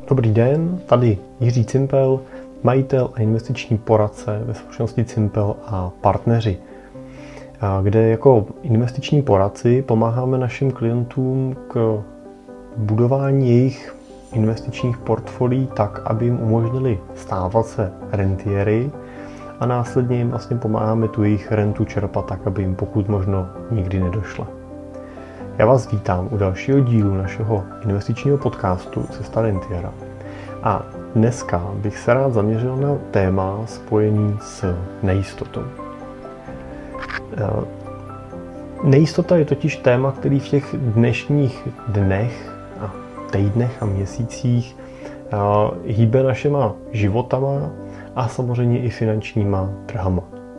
Dobrý den, tady Jiří Cimpel, majitel a investiční poradce ve společnosti Cimpel a partneři, kde jako investiční poradci pomáháme našim klientům k budování jejich investičních portfolií tak, aby jim umožnili stávat se rentiéry a následně jim vlastně pomáháme tu jejich rentu čerpat tak, aby jim pokud možno nikdy nedošla. Já vás vítám u dalšího dílu našeho investičního podcastu Cesta rentiéra. A dneska bych se rád zaměřil na téma spojený s nejistotou. Nejistota je totiž téma, který v těch dnešních dnech a týdnech a měsících hýbe našima životama a samozřejmě i finančníma trhama.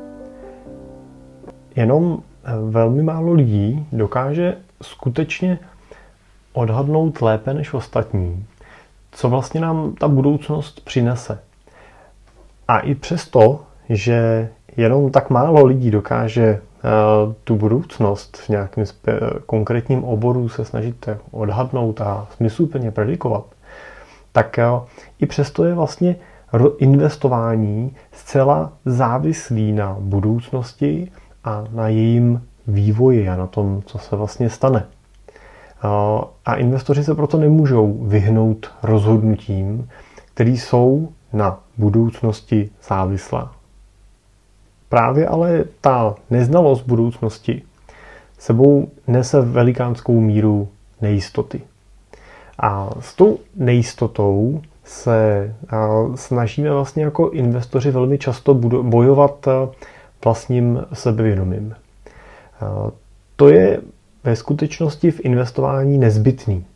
Jenom velmi málo lidí dokáže skutečně odhadnout lépe než ostatní, co vlastně nám ta budoucnost přinese. A i přesto, že jenom tak málo lidí dokáže tu budoucnost v nějakém konkrétním oboru se snažit odhadnout a smysluplně predikovat, tak i přesto je vlastně investování zcela závislý na budoucnosti a na jejím vývoji a na tom, co se vlastně stane. A investoři se proto nemůžou vyhnout rozhodnutím, které jsou na budoucnosti závislá. Právě ale ta neznalost budoucnosti sebou nese velikánskou míru nejistoty. A s tou nejistotou se snažíme vlastně jako investoři velmi často bojovat vlastním sebevědomím. To je ve skutečnosti v investování nezbytný.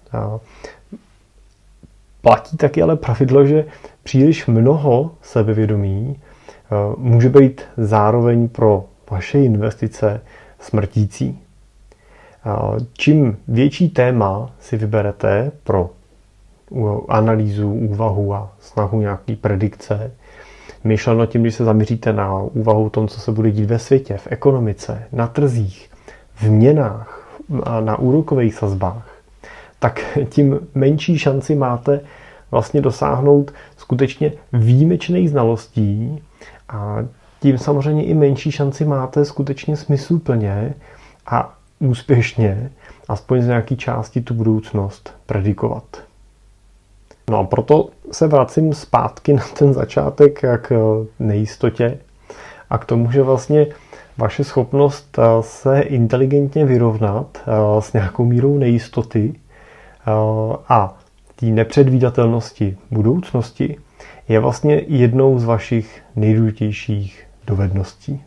Platí taky ale pravidlo, že příliš mnoho sebevědomí může být zároveň pro vaše investice smrtící. Čím větší téma si vyberete pro analýzu, úvahu a snahu nějaký predikce, myšleno tím, když se zaměříte na úvahu o tom, co se bude dít ve světě, v ekonomice, na trzích, v měnách a na úrokových sazbách, tak tím menší šanci máte vlastně dosáhnout skutečně výjimečných znalostí a tím samozřejmě i menší šanci máte skutečně smysluplně a úspěšně, aspoň z nějaké části tu budoucnost predikovat. No a proto se vracím zpátky na ten začátek k nejistotě a k tomu, že vlastně vaše schopnost se inteligentně vyrovnat s nějakou mírou nejistoty a té nepředvídatelnosti budoucnosti je vlastně jednou z vašich nejdůležitějších dovedností.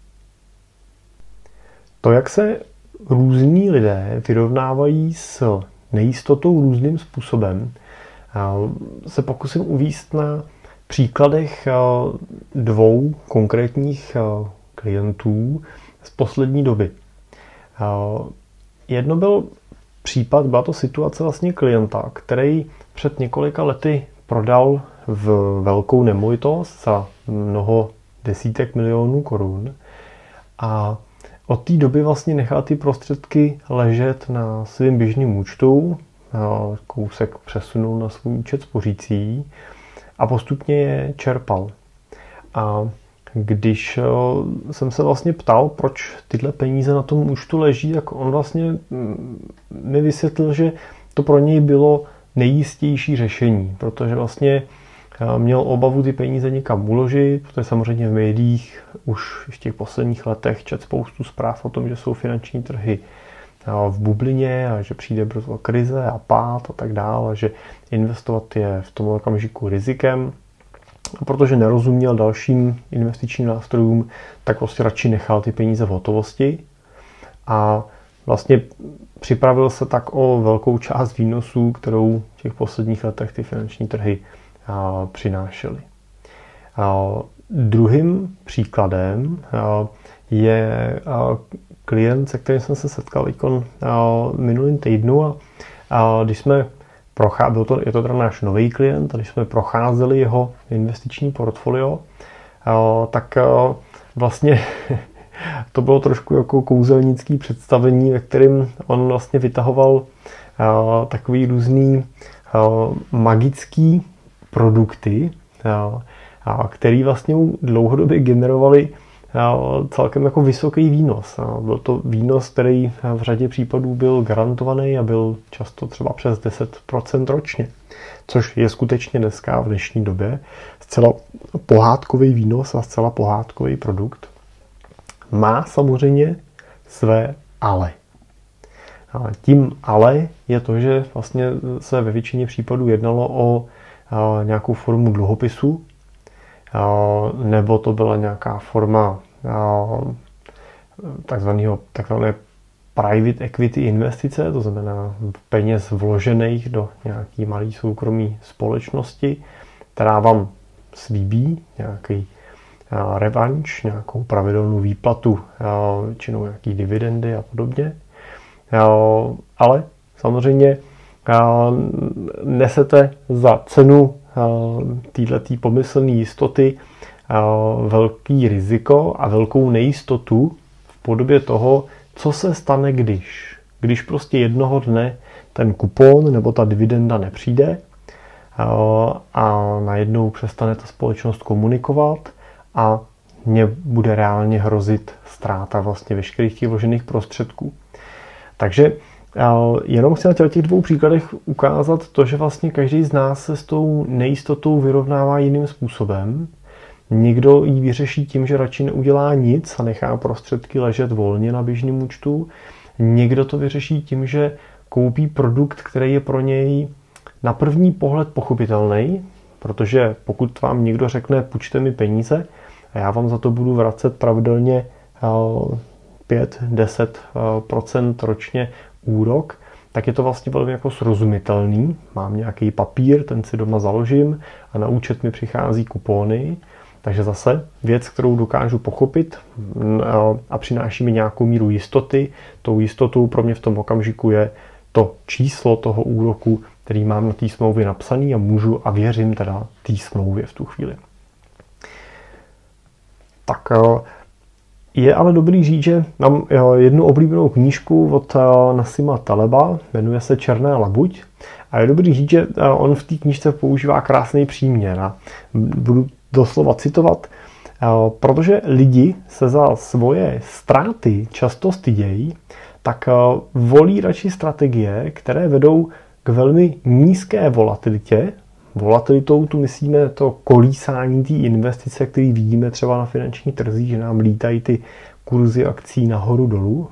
To, jak se různí lidé vyrovnávají s nejistotou různým způsobem, se pokusím uvést na příkladech dvou konkrétních klientů z poslední doby. Jedno byl případ, byla to situace vlastně klienta, který před několika lety prodal v velkou nemovitost za mnoho desítek milionů korun a od té doby vlastně nechal ty prostředky ležet na svém běžném účtu, kousek přesunul na svůj účet spořící a postupně je čerpal. A když jsem se vlastně ptal, proč tyhle peníze na tom účtu leží, tak on vlastně mi vysvětlil, že to pro něj bylo nejistější řešení, protože vlastně měl obavu ty peníze někam uložit, protože samozřejmě v médiích už v těch posledních letech četl spoustu zpráv o tom, že jsou finanční trhy v bublině a že přijde brzo krize a pád a tak dále, a že investovat je v tom okamžiku rizikem. A protože nerozuměl dalším investičním nástrojům, tak prostě radši nechal ty peníze v hotovosti a vlastně připravil se tak o velkou část výnosů, kterou v těch posledních letech ty finanční trhy přinášely. Druhým příkladem je klient, se kterým jsem se setkal minulým týdnu a když jsme je to teda náš nový klient, a když jsme procházeli jeho investiční portfolio, tak vlastně to bylo trošku jako kouzelnický představení, ve kterém on vlastně vytahoval takový různý magické produkty, které vlastně dlouhodobě generovaly celkem jako vysoký výnos. Byl to výnos, který v řadě případů byl garantovaný a byl často třeba přes 10% ročně, což je skutečně dneska v dnešní době zcela pohádkový výnos a zcela pohádkový produkt. Má samozřejmě své ale. Tím ale je to, že vlastně se ve většině případů jednalo o nějakou formu dluhopisu, nebo to byla nějaká forma takzvané private equity investice, to znamená peněz vložených do nějaký malé soukromé společnosti, která vám slíbí nějaký revanš, nějakou pravidelnou výplatu, většinou nějaký dividendy a podobně. Ale samozřejmě nesete za cenu této pomyslné jistoty velký riziko a velkou nejistotu v podobě toho, co se stane, když prostě jednoho dne ten kupon nebo ta dividenda nepřijde a najednou přestane ta společnost komunikovat a mě bude reálně hrozit ztráta vlastně veškerých těch vložených prostředků. Takže jenom chci na těch dvou příkladech ukázat to, že vlastně každý z nás se s tou nejistotou vyrovnává jiným způsobem. Někdo ji vyřeší tím, že radši neudělá nic a nechá prostředky ležet volně na běžném účtu. Někdo to vyřeší tím, že koupí produkt, který je pro něj na první pohled pochopitelný, protože pokud vám někdo řekne, půjčte mi peníze a já vám za to budu vracet pravidelně 5-10% ročně úrok, tak je to vlastně velmi jako srozumitelný. Mám nějaký papír, ten si doma založím a na účet mi přichází kupóny. Takže zase věc, kterou dokážu pochopit a přináší mi nějakou míru jistoty. Tou jistotou pro mě v tom okamžiku je to číslo toho úroku, který mám na té smlouvě napsaný a můžu a věřím teda té smlouvě v tu chvíli. Tak je ale dobrý říct, že mám jednu oblíbenou knížku od Nassima Taleba, jmenuje se Černá labuť. A je dobrý říct, že on v té knížce používá krásný příměr. A budu doslova citovat, protože lidi se za svoje ztráty často stydějí, tak volí radši strategie, které vedou k velmi nízké volatilitě. Volatilitou tu myslíme to kolísání té investice, který vidíme třeba na finanční trzích, že nám lítají ty kurzy akcí nahoru dolů.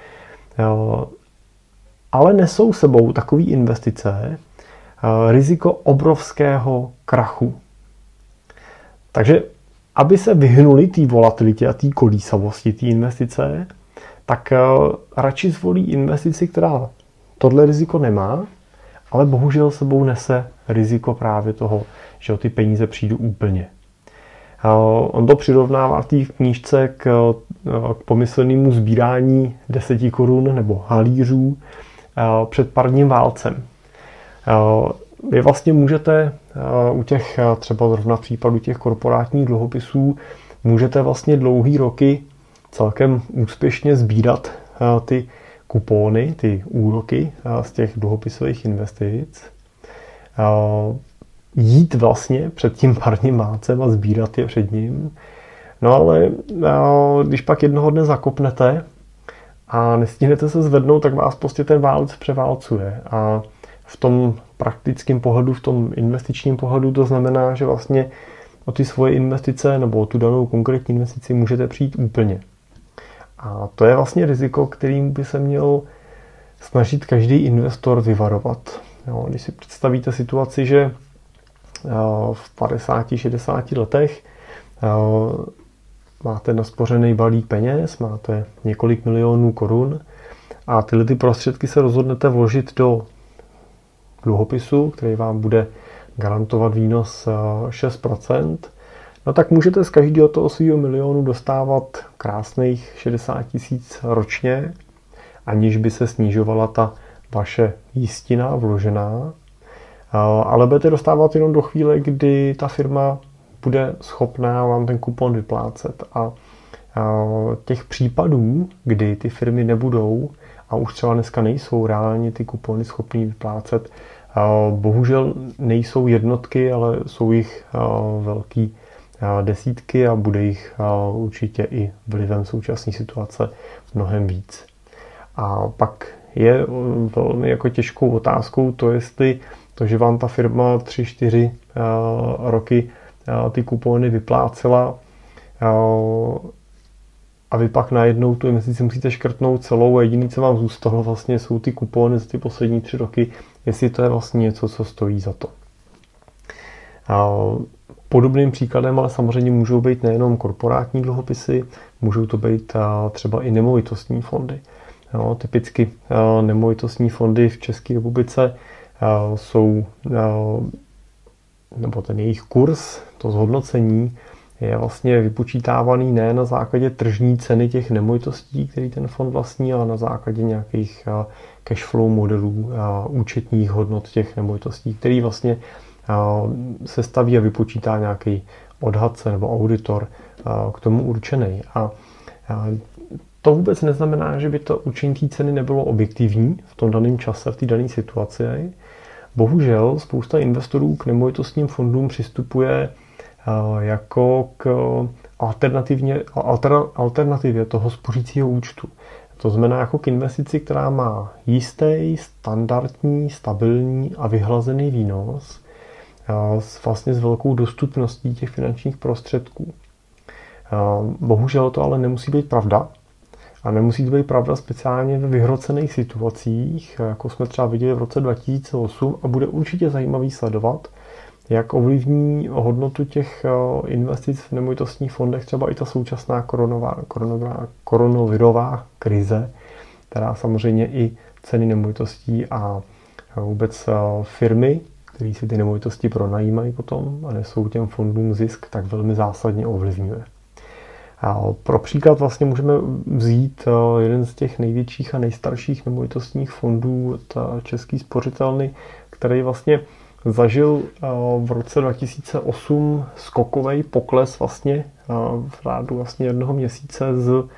Ale nesou sebou takové investice riziko obrovského krachu. Takže aby se vyhnuli té volatilitě a té kolísavosti té investice, tak radši zvolí investici, která tohle riziko nemá, ale bohužel sebou nese riziko právě toho, že o ty peníze přijdu úplně. On to přirovnává v té knížce k pomyslnému sbírání 10 korun nebo halířů před parním válcem. Vy vlastně můžete u těch, třeba zrovna v případu těch korporátních dluhopisů, můžete vlastně dlouhý roky celkem úspěšně sbírat ty kupóny, ty úroky z těch dluhopisových investic, jít vlastně před tím parním válcem a sbírat je před ním. No ale když pak jednoho dne zakopnete a nestihnete se zvednout, tak vás prostě ten válec převálcuje. A v tom praktickém pohledu, v tom investičním pohledu to znamená, že vlastně o ty svoje investice nebo o tu danou konkrétní investici můžete přijít úplně. A to je vlastně riziko, kterým by se měl snažit každý investor vyvarovat. Jo, když si představíte situaci, že v 50-60 letech máte naspořený balík peněz, máte několik milionů korun a tyhle ty prostředky se rozhodnete vložit do dluhopisu, který vám bude garantovat výnos 6%, no tak můžete z každého toho svého milionu dostávat krásných 60 000 ročně, aniž by se snižovala ta vaše jistina vložená, ale budete dostávat jenom do chvíle, kdy ta firma bude schopná vám ten kupon vyplácet. A těch případů, kdy ty firmy nebudou a už třeba dneska nejsou reálně ty kupony schopný vyplácet, Bohužel nejsou jednotky, ale jsou jich velký desítky a bude jich určitě i vlivem současné situace mnohem víc. A pak je velmi jako těžkou otázkou to, jestli to, že vám ta firma 3-4 roky ty kupony vyplácela a vy pak najednou tu investici musíte škrtnout celou a jediné, co vám zůstalo, vlastně jsou ty kupony za ty poslední 3 roky, jestli to je vlastně něco, co stojí za to. Podobným příkladem ale samozřejmě můžou být nejenom korporátní dluhopisy, můžou to být třeba i nemovitostní fondy. Typicky nemovitostní fondy v České republice jsou, nebo ten jejich kurz, to zhodnocení, je vlastně vypočítávaný ne na základě tržní ceny těch nemovitostí, který ten fond vlastní, ale na základě nějakých cash flow modelů, účetních hodnot těch nemovitostí, který vlastně se staví a vypočítá nějaký odhadce nebo auditor k tomu určený. A to vůbec neznamená, že by to určení té ceny nebylo objektivní v tom daném čase, v té dané situaci. Bohužel spousta investorů k nemovitostním fondům přistupuje jako k alternativě toho spořícího účtu. To znamená jako k investici, která má jistý, standardní, stabilní a vyhlazený výnos vlastně s velkou dostupností těch finančních prostředků. Bohužel to ale nemusí být pravda. A nemusí to být pravda speciálně ve vyhrocených situacích, jako jsme třeba viděli v roce 2008, a bude určitě zajímavý sledovat, jak ovlivní hodnotu těch investic v nemovitostních fondech třeba i ta současná koronavirová krize, která samozřejmě i ceny nemovitostí a vůbec firmy, které si ty nemovitosti pronajímají potom a nesou těm fondům zisk, tak velmi zásadně ovlivňuje. A pro příklad vlastně můžeme vzít jeden z těch největších a nejstarších nemovitostních fondů, Český spořitelny, který vlastně zažil v roce 2008 skokový pokles vlastně v rádu vlastně 1 měsíce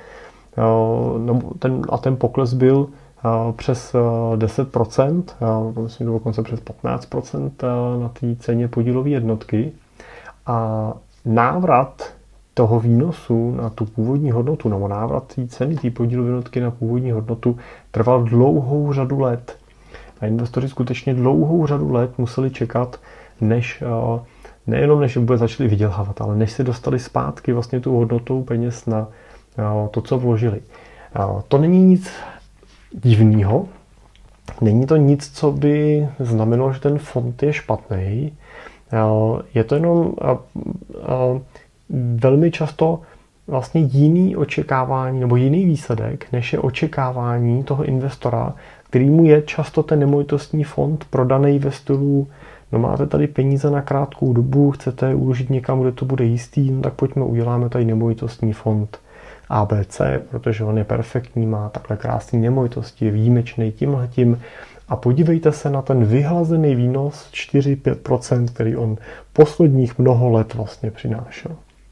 a ten pokles byl přes 10%, myslím dokonce přes 15% na té ceně podílové jednotky. A návrat toho výnosu na tu původní hodnotu, nebo návrat té ceny té podílové jednotky na původní hodnotu trval dlouhou řadu let. A investoři skutečně dlouhou řadu let museli čekat, než nejenom než vůbec začali vydělávat, ale než se dostali zpátky vlastně tu hodnotou peněz na to, co vložili. To není nic divného, není to nic, co by znamenalo, že ten fond je špatný. Je to jenom velmi často vlastně jiný očekávání nebo jiný výsledek, než je očekávání toho investora, kterýmu je často ten nemovitostní fond prodaný ve stylu, no máte tady peníze na krátkou dobu, chcete je uložit někam, kde to bude jistý, no tak pojďme, uděláme tady nemovitostní fond ABC, protože on je perfektní, má takhle krásný nemovitosti, je výjimečný tímhletím a podívejte se na ten vyhlazený výnos 4-5%, který on posledních mnoho let vlastně přinášel.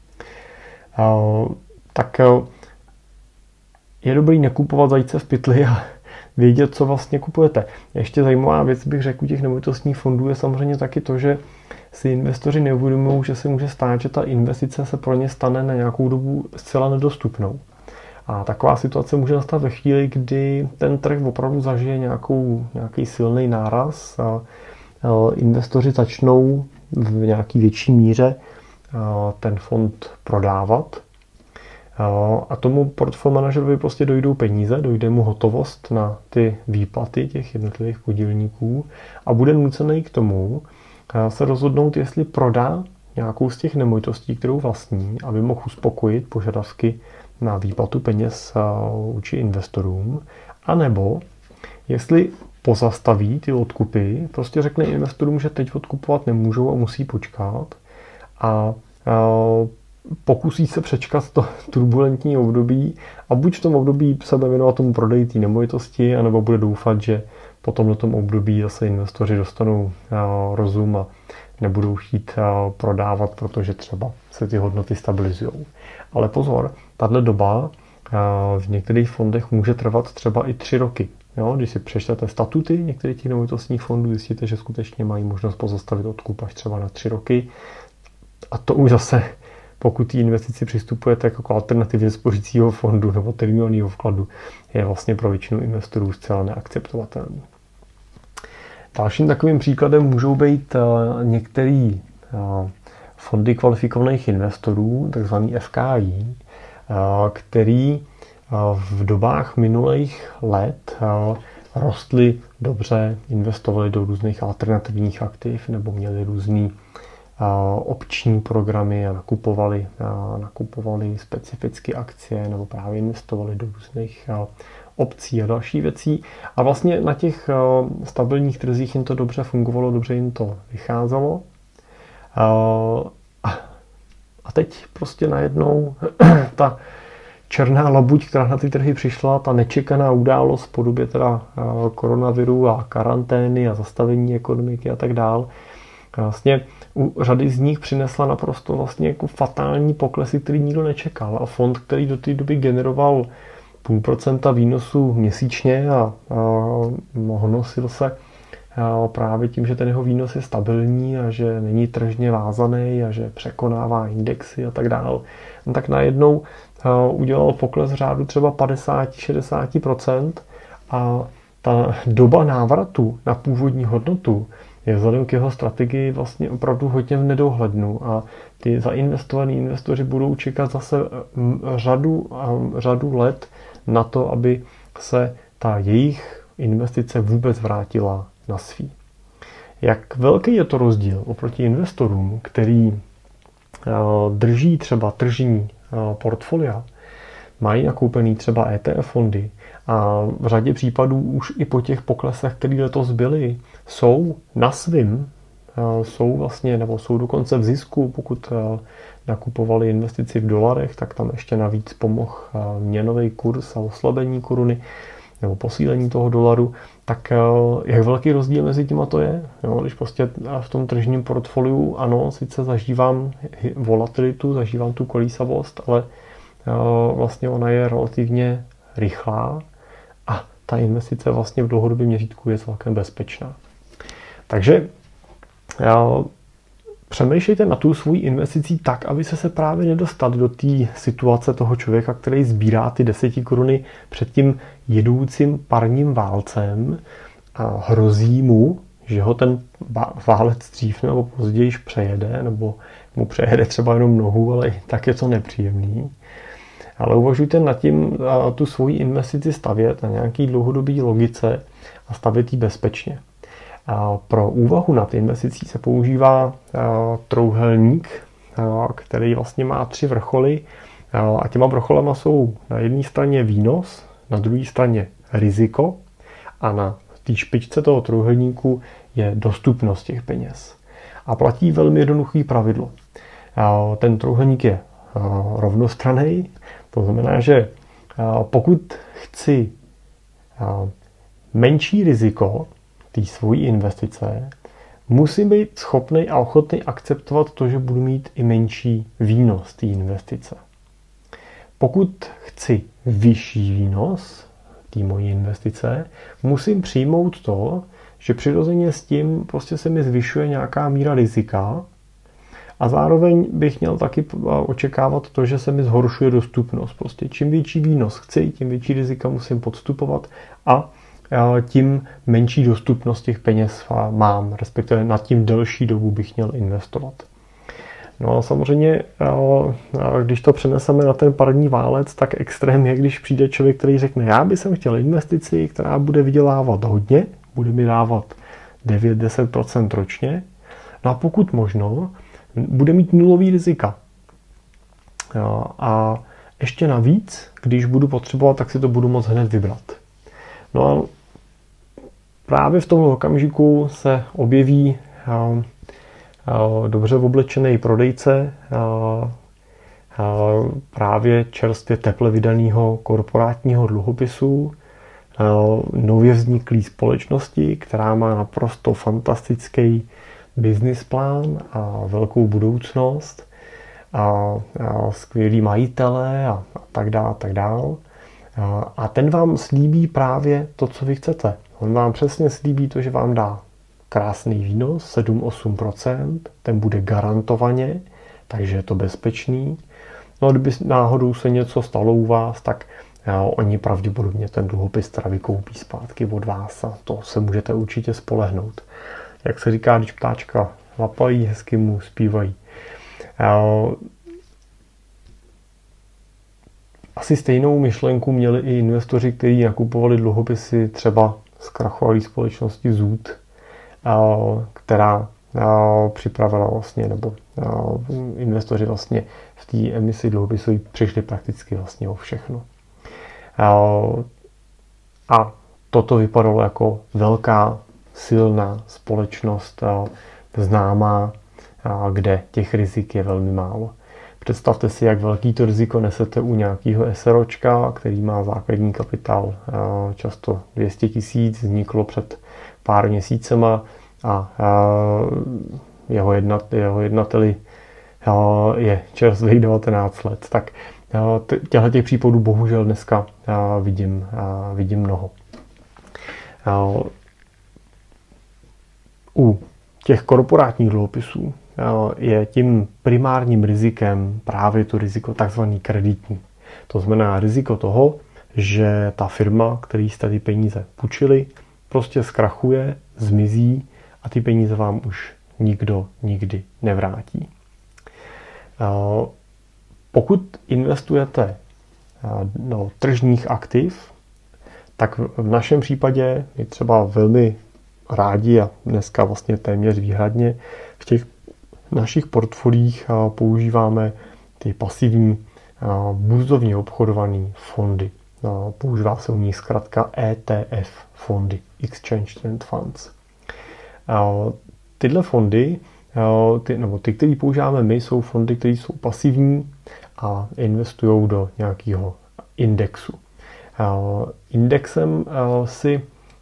Tak je dobrý nekupovat zajíce v pytli a vědět, co vlastně kupujete. Ještě zajímavá věc bych řekl u těch nemovitostních fondů je samozřejmě taky to, že si investoři neuvědomují, že se může stát, že ta investice se pro ně stane na nějakou dobu zcela nedostupnou. A taková situace může nastat ve chvíli, kdy ten trh opravdu zažije nějaký silný náraz a investoři začnou v nějaký větší míře ten fond prodávat. A tomu portfolio manažerovi prostě dojdou peníze, dojde mu hotovost na ty výplaty těch jednotlivých podílníků a bude nucený k tomu se rozhodnout, jestli prodá nějakou z těch nemovitostí, kterou vlastní, aby mohl uspokojit požadavky na výplatu peněz vůči investorům, anebo jestli pozastaví ty odkupy, prostě řekne investorům, že teď odkupovat nemůžou a musí počkat a pokusí se přečkat to turbulentní období a buď v tom období se bude věnovat tomu prodeji té nemovitosti, anebo bude doufat, že po tomto období zase investoři dostanou rozum a nebudou chtít prodávat, protože třeba se ty hodnoty stabilizují. Ale pozor, tahle doba v některých fondech může trvat třeba i 3 roky. Jo, když si přečtete statuty některých těch nemovitostních fondů, zjistíte, že skutečně mají možnost pozastavit odkup až třeba na 3 roky. A to už zase, pokud té investici přistupujete jako k alternativě spořícího fondu nebo termínního vkladu, je vlastně pro většinu investorů zcela neakceptovatelný. Dalším takovým příkladem můžou být některé fondy kvalifikovaných investorů, takzvaný FKI, který v dobách minulých let rostly dobře, investovali do různých alternativních aktiv nebo měli různý opční programy a nakupovali specifické akcie nebo právě investovali do různých opcí a další věcí. A vlastně na těch stabilních trzích jim to dobře fungovalo, dobře jim to vycházelo. A teď prostě najednou ta černá labuť, která na ty trhy přišla, ta nečekaná událost v podobě teda koronaviru a karantény a zastavení ekonomiky a tak dál, vlastně u řady z nich přinesla naprosto vlastně jako fatální poklesy, který nikdo nečekal. A fond, který do té doby generoval 0,5% výnosu měsíčně a honosil se právě tím, že ten jeho výnos je stabilní a že není tržně vázaný a že překonává indexy a tak dále, tak najednou udělal pokles řádu třeba 50-60% a ta doba návratu na původní hodnotu je vzhledem k jeho strategii vlastně opravdu hodně v nedohlednu a ty zainvestovaní investoři budou čekat zase řadu let na to, aby se ta jejich investice vůbec vrátila na svý. Jak velký je to rozdíl oproti investorům, který drží třeba tržní portfolia, mají nakoupený třeba ETF fondy a v řadě případů už i po těch poklesech, které letos byly, jsou na svým, jsou vlastně, nebo jsou dokonce v zisku, pokud nakupovali investici v dolarech, tak tam ještě navíc pomohl měnový kurz a oslabení koruny nebo posílení toho dolaru, tak jak velký rozdíl mezi těma to je? Jo, když prostě v tom tržním portfoliu, ano, sice zažívám volatilitu, zažívám tu kolísavost, ale vlastně ona je relativně rychlá a ta investice vlastně v dlouhodobém měřítku je celkem bezpečná. Takže přemýšlejte na tu svou investicí tak, aby se právě nedostali do té situace toho člověka, který sbírá ty 10 koruny před tím jedoucím parním válcem a hrozí mu, že ho ten válec dřív nebo později přejede, nebo mu přejede třeba jenom nohu, ale tak je to nepříjemný. Ale uvažujte nad tím tu svoji investici stavět na nějaký dlouhodobý logice a stavět ji bezpečně. Pro úvahu nad investicí se používá trojúhelník, který vlastně má 3 vrcholy a těma vrcholama jsou na jedné straně výnos, na druhé straně riziko a na té špičce toho trojúhelníku je dostupnost těch peněz. A platí velmi jednoduché pravidlo. Ten trojúhelník je rovnostranný, to znamená, že pokud chci menší riziko té svojí investice, musím být schopný a ochotný akceptovat to, že budu mít i menší výnos té investice. Pokud chci vyšší výnos té mojí investice, musím přijmout to, že přirozeně s tím prostě se mi zvyšuje nějaká míra rizika a zároveň bych měl taky očekávat to, že se mi zhoršuje dostupnost. Prostě čím větší výnos chci, tím větší rizika musím podstupovat a tím menší dostupnost těch peněz mám, respektive na tím delší dobu bych měl investovat. No a samozřejmě, když to přeneseme na ten parní válec, tak extrém je, když přijde člověk, který řekne, já bych chtěl investici, která bude vydělávat hodně, bude mi dávat 9-10% ročně, no a pokud možno, bude mít nulový rizika. A ještě navíc, když budu potřebovat, tak si to budu moct hned vybrat. No a právě v tomto okamžiku se objeví dobře oblečený prodejce právě čerstvě teple vydaného korporátního dluhopisu, nově vzniklý společnosti, která má naprosto fantastický business plán a velkou budoucnost a skvělý majitele a tak dále, tak dále. A ten vám slíbí právě to, co vy chcete. On vám přesně slíbí to, že vám dá krásný výnos, 7-8%, ten bude garantovaně, takže je to bezpečný. No a kdyby náhodou se něco stalo u vás, tak oni pravděpodobně ten dluhopis teda vykoupí zpátky od vás a to se můžete určitě spolehnout. Jak se říká, když ptáčka lapají, hezky mu zpívají. Asi stejnou myšlenku měli i investoři, kteří nakupovali dluhopisy třeba zkrachovalé společnosti Zoot, která připravila vlastně, nebo investoři vlastně v té emisi dluhopisů přišli prakticky vlastně o všechno. A toto vypadalo jako velká, silná společnost, známá, kde těch rizik je velmi málo. Představte si, jak velký to riziko nesete u nějakého SROčka, který má základní kapitál často 200 000, vzniklo před pár měsícema a jeho jednateli je čerstvých 19 let. Tak těchto případů bohužel dneska vidím mnoho. U těch korporátních dluhopisů je tím primárním rizikem právě to riziko takzvaný kreditní. To znamená riziko toho, že ta firma, který jste ty peníze půjčili, prostě zkrachuje, zmizí a ty peníze vám už nikdo nikdy nevrátí. Pokud investujete do tržních aktiv, tak v našem případě je třeba velmi rádi a dneska vlastně téměř výhradně v těch našich portfoliích používáme ty pasivní burzovně obchodované fondy. Používá se u nich zkrátka ETF fondy, Exchange Traded Funds. Tyhle fondy, ty, které používáme my, jsou fondy, které jsou pasivní a investují do nějakého indexu. Indexem si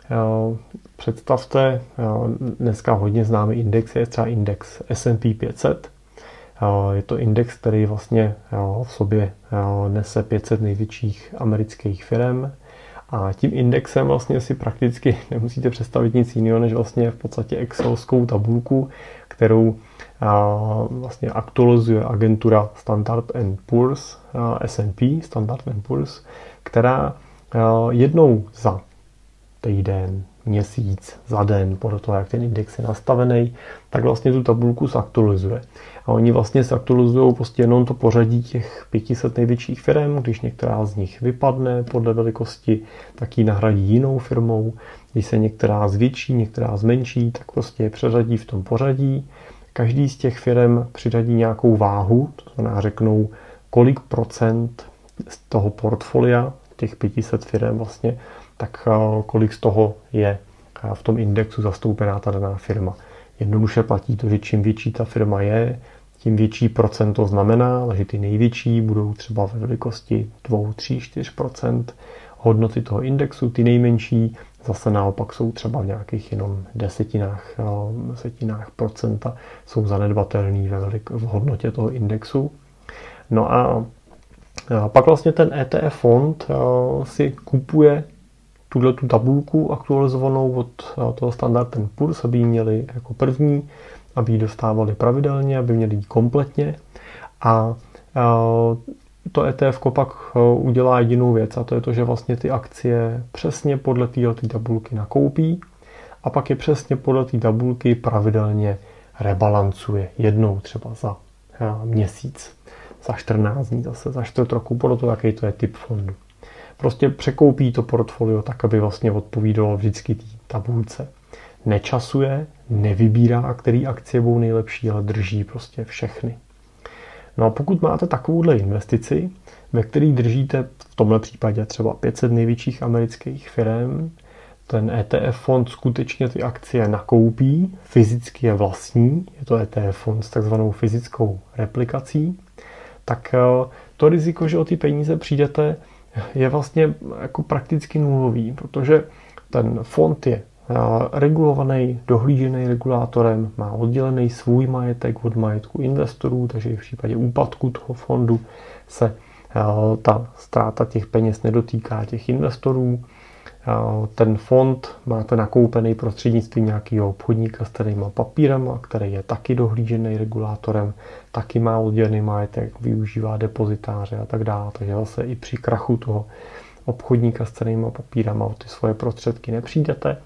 představte, dneska hodně známý index je třeba index S&P 500. Je to index, který vlastně v sobě nese 500 největších amerických firm a tím indexem vlastně si prakticky nemusíte představit nic jiného, než vlastně v podstatě excelskou tabulku, kterou vlastně aktualizuje agentura Standard & Poor's, S&P, Standard & Poor's, která jednou za týden, měsíc, za den, podle toho, jak ten index je nastavený, tak vlastně tu tabulku zaktualizuje. A oni vlastně zaktualizují prostě jenom to pořadí těch 500 největších firm, když některá z nich vypadne podle velikosti, tak ji nahradí jinou firmou. Když se některá zvětší, některá zmenší, tak prostě je přeřadí v tom pořadí. Každý z těch firm přiřadí nějakou váhu, to znamená řeknou, kolik procent z toho portfolia, těch 500 firm vlastně, tak kolik z toho je v tom indexu zastoupená ta daná firma. Jednoduše platí to, že čím větší ta firma je, tím větší procento znamená, že ty největší budou třeba ve velikosti 2, 3, 4% hodnoty toho indexu, ty nejmenší zase naopak jsou třeba v nějakých jenom desetinách procenta, jsou zanedbatelný v hodnotě toho indexu. No a pak vlastně ten ETF fond si kupuje tu tabulku aktualizovanou od toho Standard & Poor's, aby ji měli jako první, aby ji dostávali pravidelně, aby měli ji kompletně. A to ETF pak udělá jedinou věc, a to je to, že vlastně ty akcie přesně podle této tabulky nakoupí a pak je přesně podle té tabulky pravidelně rebalancuje jednou třeba za měsíc, za 14 dní zase, za čtvrt roku, podle toho, jaký to je typ fondu. Prostě překoupí to portfolio tak, aby vlastně odpovídalo vždycky té tabulce. Nečasuje, nevybírá, který akcie budou nejlepší, ale drží prostě všechny. No a pokud máte takovouhle investici, ve které držíte v tomhle případě třeba 500 největších amerických firm, ten ETF fond skutečně ty akcie nakoupí, fyzicky je vlastní, je to ETF fond s takzvanou fyzickou replikací, tak to riziko, že o ty peníze přijdete, je vlastně jako prakticky nulový, protože ten fond je regulovaný, dohlížený regulátorem, má oddělený svůj majetek od majetku investorů, takže v případě úpadku toho fondu se ta ztráta těch peněz nedotýká těch investorů. Ten fond máte nakoupený prostřednictvím nějakého obchodníka s kterýma papírama, který je taky dohlížený regulátorem, taky má oddělený majetek, využívá depozitáře a tak dále. Takže zase i při krachu toho obchodníka s cenýma papírama o ty svoje prostředky nepřijdete.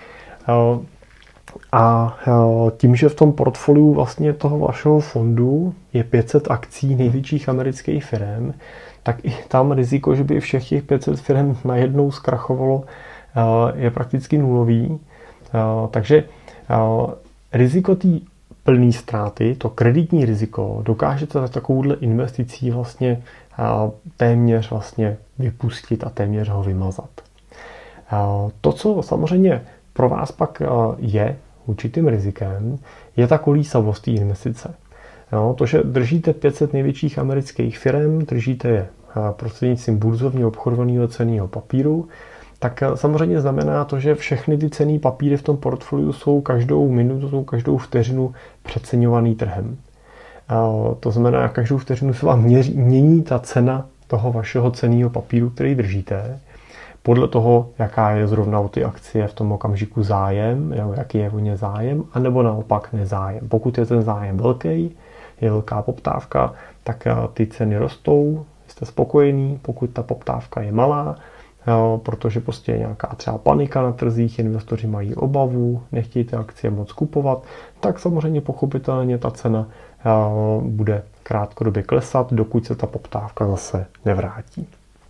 A tím, že v tom portfoliu vlastně toho vašeho fondu je 500 akcí největších amerických firm, tak i tam riziko, že by všech těch 500 firm najednou zkrachovalo, je prakticky nulový. Takže riziko té plné ztráty, to kreditní riziko, dokážete za takovouhle investicí vlastně téměř vlastně vypustit a téměř ho vymazat. To, co samozřejmě pro vás pak je určitým rizikem, je ta kolísavost té investice. To, že držíte 500 největších amerických firm, držíte je prostřednictvím burzovního obchodovaného cenného papíru, tak samozřejmě znamená to, že všechny ty cenné papíry v tom portfoliu jsou každou minutu, každou vteřinu přeceňovaný trhem. To znamená, každou vteřinu se vám mění ta cena toho vašeho cenného papíru, který držíte, podle toho, jaká je zrovna o ty akcie v tom okamžiku zájem, jaký je o ně zájem, anebo naopak nezájem. Pokud je ten zájem velký, je velká poptávka, tak ty ceny rostou, jste spokojený. Pokud ta poptávka je malá, protože prostě je nějaká třeba panika na trzích, investoři mají obavu, nechtějí ty akcie moc kupovat, tak samozřejmě pochopitelně ta cena bude krátkodobě klesat, dokud se ta poptávka zase nevrátí.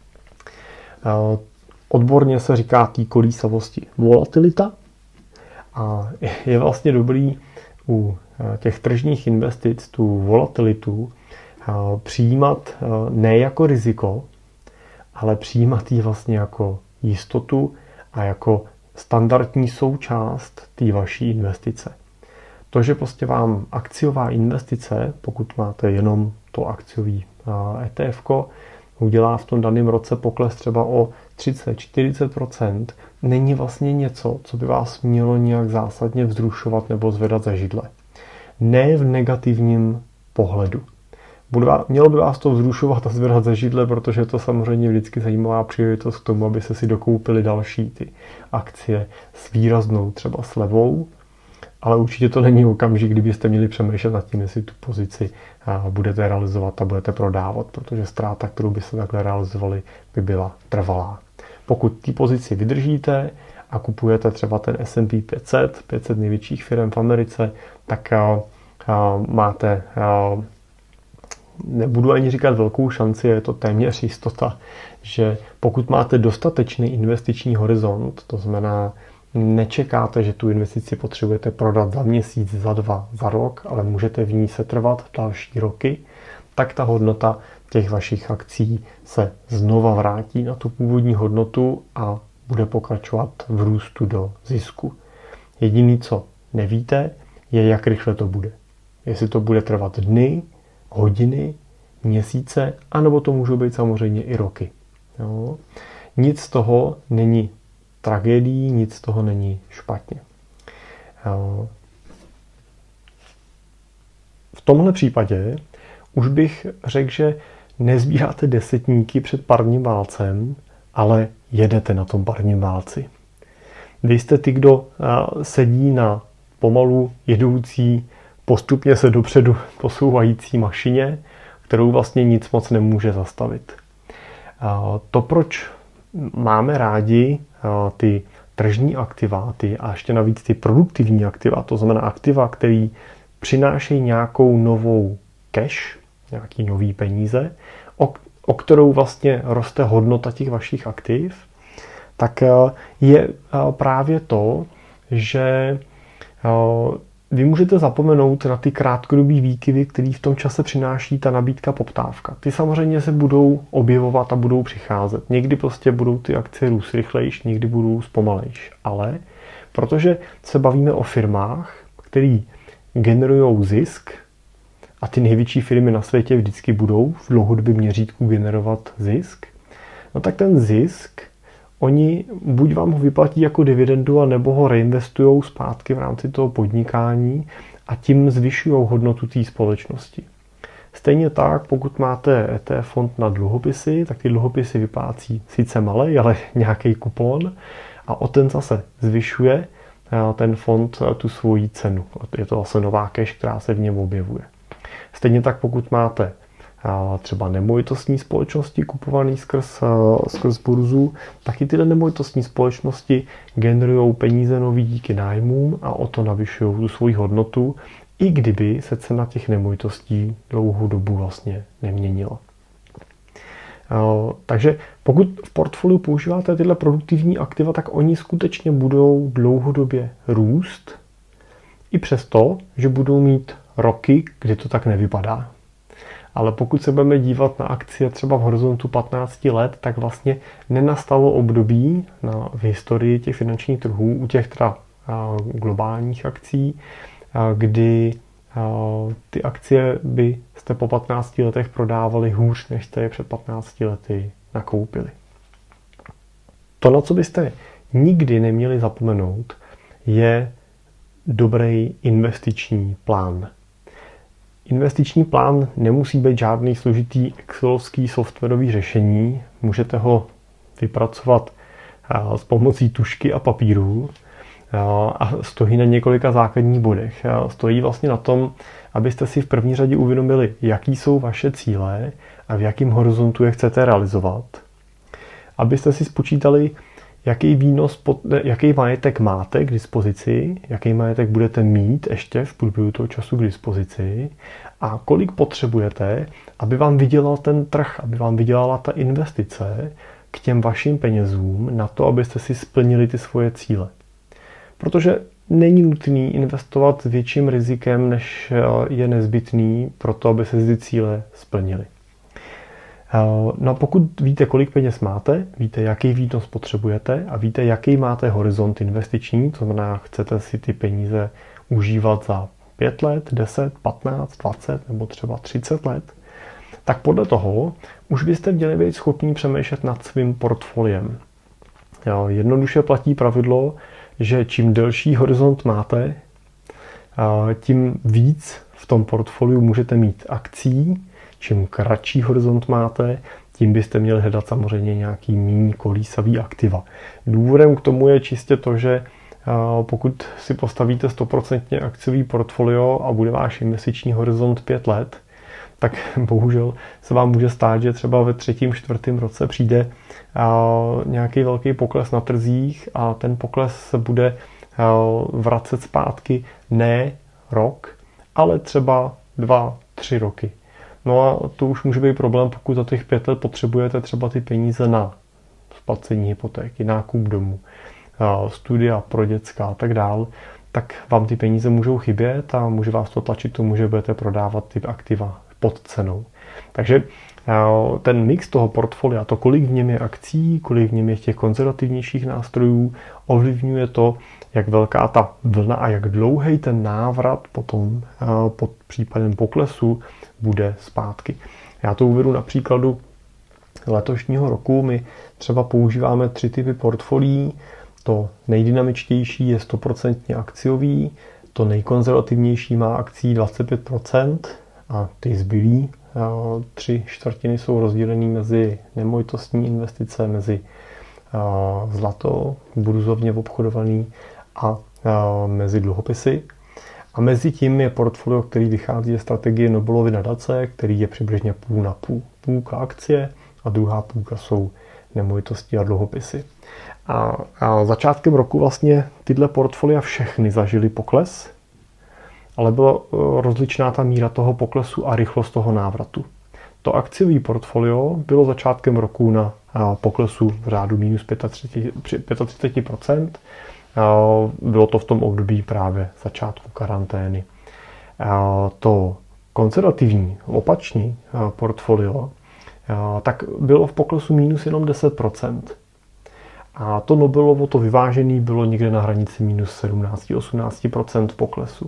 Odborně se říká té kolísavosti volatilita a je vlastně dobrý u těch tržních investic tu volatilitu přijímat ne jako riziko, ale přijímat ji vlastně jako jistotu a jako standardní součást té vaší investice. To, že prostě vám akciová investice, pokud máte jenom to akciový ETF, udělá v tom daném roce pokles třeba o 30-40%, není vlastně něco, co by vás mělo nějak zásadně vzrušovat nebo zvedat ze židle. Ne v negativním pohledu. Mělo by vás to vzrušovat a zvedat ze židle, protože je to samozřejmě vždycky zajímavá příležitost k tomu, abyste si dokoupili další ty akcie s výraznou třeba slevou, ale určitě to není okamžik, kdybyste měli přemýšlet nad tím, jestli tu pozici budete realizovat a budete prodávat, protože ztráta, kterou byste takhle realizovali, by byla trvalá. Pokud ty pozici vydržíte a kupujete třeba ten S&P 500 největších firm v Americe, tak máte, nebudu ani říkat velkou šanci, je to téměř jistota, že pokud máte dostatečný investiční horizont, to znamená, nečekáte, že tu investici potřebujete prodat za měsíc, za 2, za rok, ale můžete v ní setrvat další roky, tak ta hodnota těch vašich akcí se znova vrátí na tu původní hodnotu a bude pokračovat v růstu do zisku. Jediné, co nevíte, je, jak rychle to bude. Jestli to bude trvat dny, hodiny, měsíce, anebo to můžou být samozřejmě i roky. Jo? Nic z toho není tragédií, nic z toho není špatně. V tomhle případě už bych řekl, že nezbíráte desetníky před parním válcem, ale jedete na tom parním válci. Vy jste ty, kdo sedí na pomalu jedoucí, postupně se dopředu posouvající mašině, kterou vlastně nic moc nemůže zastavit. To, proč máme rádi ty tržní aktiva, a ještě navíc ty produktivní aktiva, to znamená aktiva, které přinášejí nějakou novou cash, nějaký nový peníze, o kterou vlastně roste hodnota těch vašich aktiv, tak je právě to, že vy můžete zapomenout na ty krátkodobý výkyvy, které v tom čase přináší ta nabídka poptávka. Ty samozřejmě se budou objevovat a budou přicházet. Někdy prostě budou ty akcie růst rychlejš, někdy budou zpomalejš. Ale protože se bavíme o firmách, které generují zisk, a ty největší firmy na světě vždycky budou v dlouhodobém měřítku generovat zisk, no tak ten zisk oni buď vám ho vyplatí jako dividendu, anebo ho reinvestují zpátky v rámci toho podnikání a tím zvyšují hodnotu té společnosti. Stejně tak, pokud máte ETF fond na dluhopisy, tak ty dluhopisy vyplácí sice malej, ale nějaký kupon a o ten zase zvyšuje ten fond tu svoji cenu. Je to zase nová cash, která se v něm objevuje. Stejně tak, pokud máte třeba nemovitostní společnosti kupované skrz burzu, tak i tyhle nemovitostní společnosti generují peníze nový díky nájmům a o to navyšují tu svoji hodnotu, i kdyby se cena těch nemovitostí dlouhou dobu vlastně neměnila. Takže pokud v portfoliu používáte tyhle produktivní aktiva, tak oni skutečně budou dlouhodobě růst, i přesto, že budou mít roky, kdy to tak nevypadá. Ale pokud se budeme dívat na akcie třeba v horizontu 15 let, tak vlastně nenastalo období v historii těch finančních trhů u těch globálních akcí, kdy ty akcie byste po 15 letech prodávali hůř, než jste je před 15 lety nakoupili. To, na co byste nikdy neměli zapomenout, je dobrý investiční plán. Investiční plán nemusí být žádný složitý excelovský softwarový řešení. Můžete ho vypracovat s pomocí tužky a papíru a stojí na několika základních bodech. Stojí vlastně na tom, abyste si v první řadě uvědomili, jaký jsou vaše cíle a v jakém horizontu je chcete realizovat. Abyste si spočítali, jaký majetek máte k dispozici, jaký majetek budete mít ještě v průběhu toho času k dispozici a kolik potřebujete, aby vám vydělal ten trh, aby vám vydělala ta investice k těm vašim penězům na to, abyste si splnili ty svoje cíle. Protože není nutný investovat s větším rizikem, než je nezbytný pro to, aby se ty cíle splnily. No a pokud víte, kolik peněz máte, víte, jaký výnos potřebujete a víte, jaký máte horizont investiční, to znamená, chcete si ty peníze užívat za 5 let, 10, 15, 20 nebo třeba 30 let, tak podle toho už byste měli být schopni přemýšlet nad svým portfoliem. Jednoduše platí pravidlo, že čím delší horizont máte, tím víc v tom portfoliu můžete mít akcí. Čím kratší horizont máte, tím byste měli hledat samozřejmě nějaký méně kolísavý aktiva. Důvodem k tomu je čistě to, že pokud si postavíte 100% akciový portfolio a bude váš investiční horizont 5 let, tak bohužel se vám může stát, že třeba ve 3., 4. roce přijde nějaký velký pokles na trzích a ten pokles se bude vracet zpátky ne rok, ale třeba 2, 3 roky. No a to už může být problém, pokud za těch 5 let potřebujete třeba ty peníze na splacení hypotéky, nákup domu, studia pro děcka a tak dál, tak vám ty peníze můžou chybět a může vás to tlačit tomu, že budete prodávat ty aktiva pod cenou. Takže ten mix toho portfolia, to kolik v něm je akcí, kolik v něm je těch konzervativnějších nástrojů, ovlivňuje to, jak velká ta vlna a jak dlouhý ten návrat potom pod případem poklesu bude zpátky. Já to uvedu na příkladu letošního roku. My třeba používáme 3 typy portfolií. To nejdynamičtější je 100% akciový, to nejkonzervativnější má akcí 25% a ty zbylí 3/4 jsou rozdělený mezi nemovitostní investice, mezi zlato, burzovně obchodovaný a mezi dluhopisy. A mezi tím je portfolio, který vychází ze strategie Nobelovy nadace, který je přibližně půl na půl. Půlka akcie a druhá půlka jsou nemovitosti a dluhopisy. A začátkem roku vlastně tyhle portfolia všechny zažily pokles, ale byla rozličná ta míra toho poklesu a rychlost toho návratu. To akciové portfolio bylo začátkem roku na poklesu v řádu minus 35%. Bylo to v tom období právě začátku karantény. To konzervativní, opační portfolio tak bylo v poklesu minus jenom 10%. A to Nobelovo, to vyvážený, bylo někde na hranici minus 17-18% poklesu.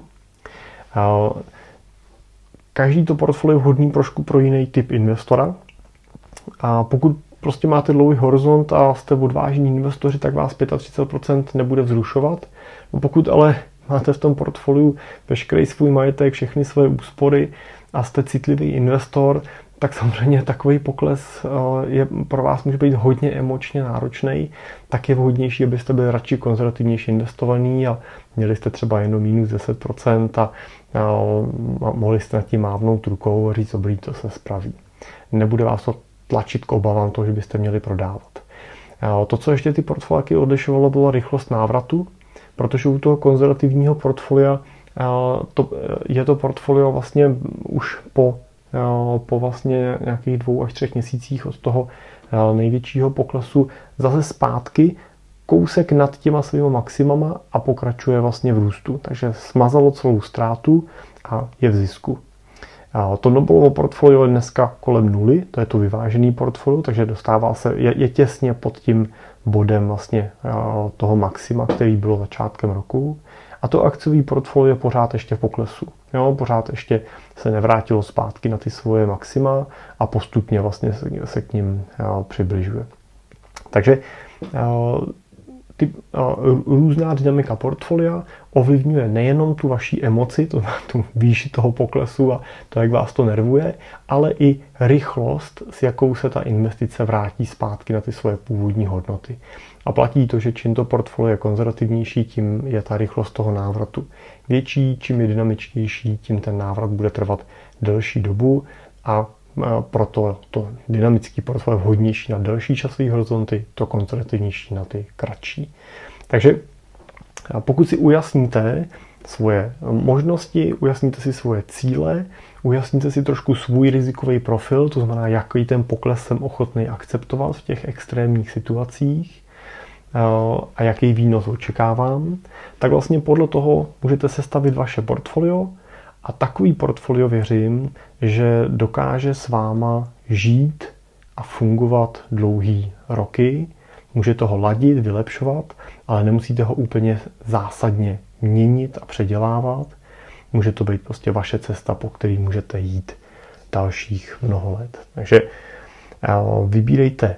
Každý to portfolio je vhodný trošku pro jiný typ investora. A pokud prostě máte dlouhý horizont a jste odvážní investoři, tak vás 35% nebude vzrušovat. No pokud ale máte v tom portfoliu veškerý svůj majetek, všechny své úspory a jste citlivý investor, tak samozřejmě takový pokles pro vás může být hodně emočně náročný, tak je vhodnější, abyste byli radši konzervativnější investovaný a měli jste třeba jenom minus 10% a mohli jste nad tím mávnout rukou a říct, dobrý, to se spraví. Nebude vás to tlačit k obavám toho, že byste měli prodávat. To, co ještě ty portfoliáky odlišovalo, byla rychlost návratu, protože u toho konzervativního portfolia je to portfolio vlastně už po vlastně nějakých 2 až 3 měsících od toho největšího poklesu zase zpátky kousek nad těma svými maximama a pokračuje vlastně v růstu. Takže smazalo celou ztrátu a je v zisku. To Nobelovo portfolio je dneska kolem 0, to je to vyvážený portfolio, takže dostává se, je těsně pod tím bodem vlastně toho maxima, který bylo začátkem roku. A to akciový portfolio je pořád ještě v poklesu. Jo, pořád ještě se nevrátilo zpátky na ty svoje maxima a postupně vlastně se k ním přibližuje. Takže různá dynamika portfolia ovlivňuje nejenom tu vaši emoci, tu výši toho poklesu a to, jak vás to nervuje, ale i rychlost, s jakou se ta investice vrátí zpátky na ty svoje původní hodnoty. A platí to, že čím to portfolio je konzervativnější, tím je ta rychlost toho návratu větší, čím je dynamičtější, tím ten návrat bude trvat delší dobu a proto to dynamický portfolio je vhodnější na delší časové horizonty, to konzervativnější na ty kratší. Takže pokud si ujasníte svoje možnosti, ujasníte si svoje cíle, ujasníte si trošku svůj rizikový profil, to znamená, jaký ten pokles jsem ochotný akceptovat v těch extrémních situacích a jaký výnos očekávám, tak vlastně podle toho můžete sestavit vaše portfolio a takový portfolio věřím, že dokáže s váma žít a fungovat dlouhý roky. Můžete ho ladit, vylepšovat, ale nemusíte ho úplně zásadně měnit a předělávat. Může to být prostě vaše cesta, po který můžete jít dalších mnoho let. Takže vybírejte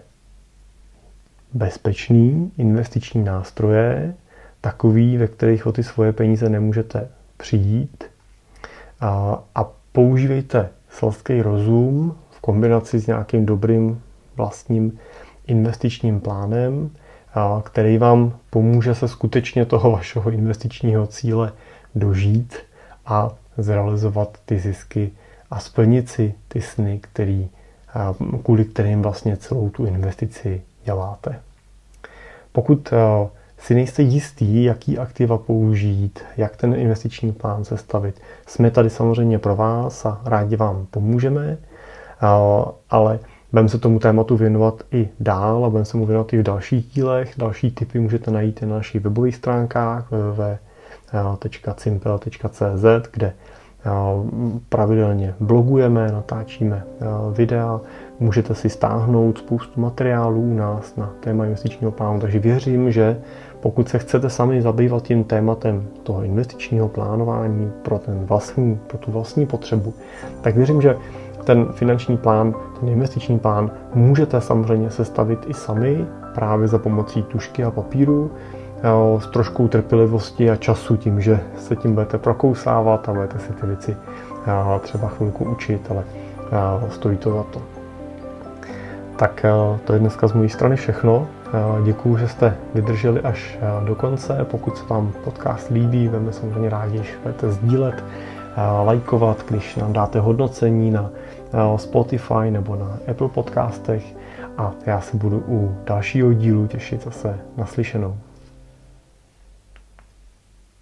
bezpečný investiční nástroje, takový, ve kterých o ty svoje peníze nemůžete přijít, a používejte selský rozum v kombinaci s nějakým dobrým vlastním investičním plánem, který vám pomůže se skutečně toho vašeho investičního cíle dožít a zrealizovat ty zisky a splnit si ty sny, kvůli kterým vlastně celou tu investici děláte. Pokud si nejste jistý, jaký aktiva použít, jak ten investiční plán sestavit, jsme tady samozřejmě pro vás a rádi vám pomůžeme, ale budeme se tomu tématu věnovat i dál a budeme se mu věnovat i v dalších dílech. Další tipy můžete najít na našich webových stránkách www.cimpel.cz, kde pravidelně blogujeme, natáčíme videa, můžete si stáhnout spoustu materiálů u nás na téma investičního plánu, takže věřím, že pokud se chcete sami zabývat tím tématem toho investičního plánování pro tu vlastní potřebu, tak věřím, že ten finanční plán, ten investiční plán můžete samozřejmě sestavit i sami, právě za pomocí tužky a papíru, s troškou trpělivosti a času, tím, že se tím budete prokousávat a budete si ty věci třeba chvilku učit, ale stojí to za to. Tak to je dneska z mojí strany všechno. Děkuju, že jste vydrželi až do konce. Pokud se vám podcast líbí, budeme samozřejmě rádi, když budete sdílet, lajkovat, když nám dáte hodnocení na Spotify nebo na Apple podcastech. A já se budu u dalšího dílu těšit zase naslyšenou.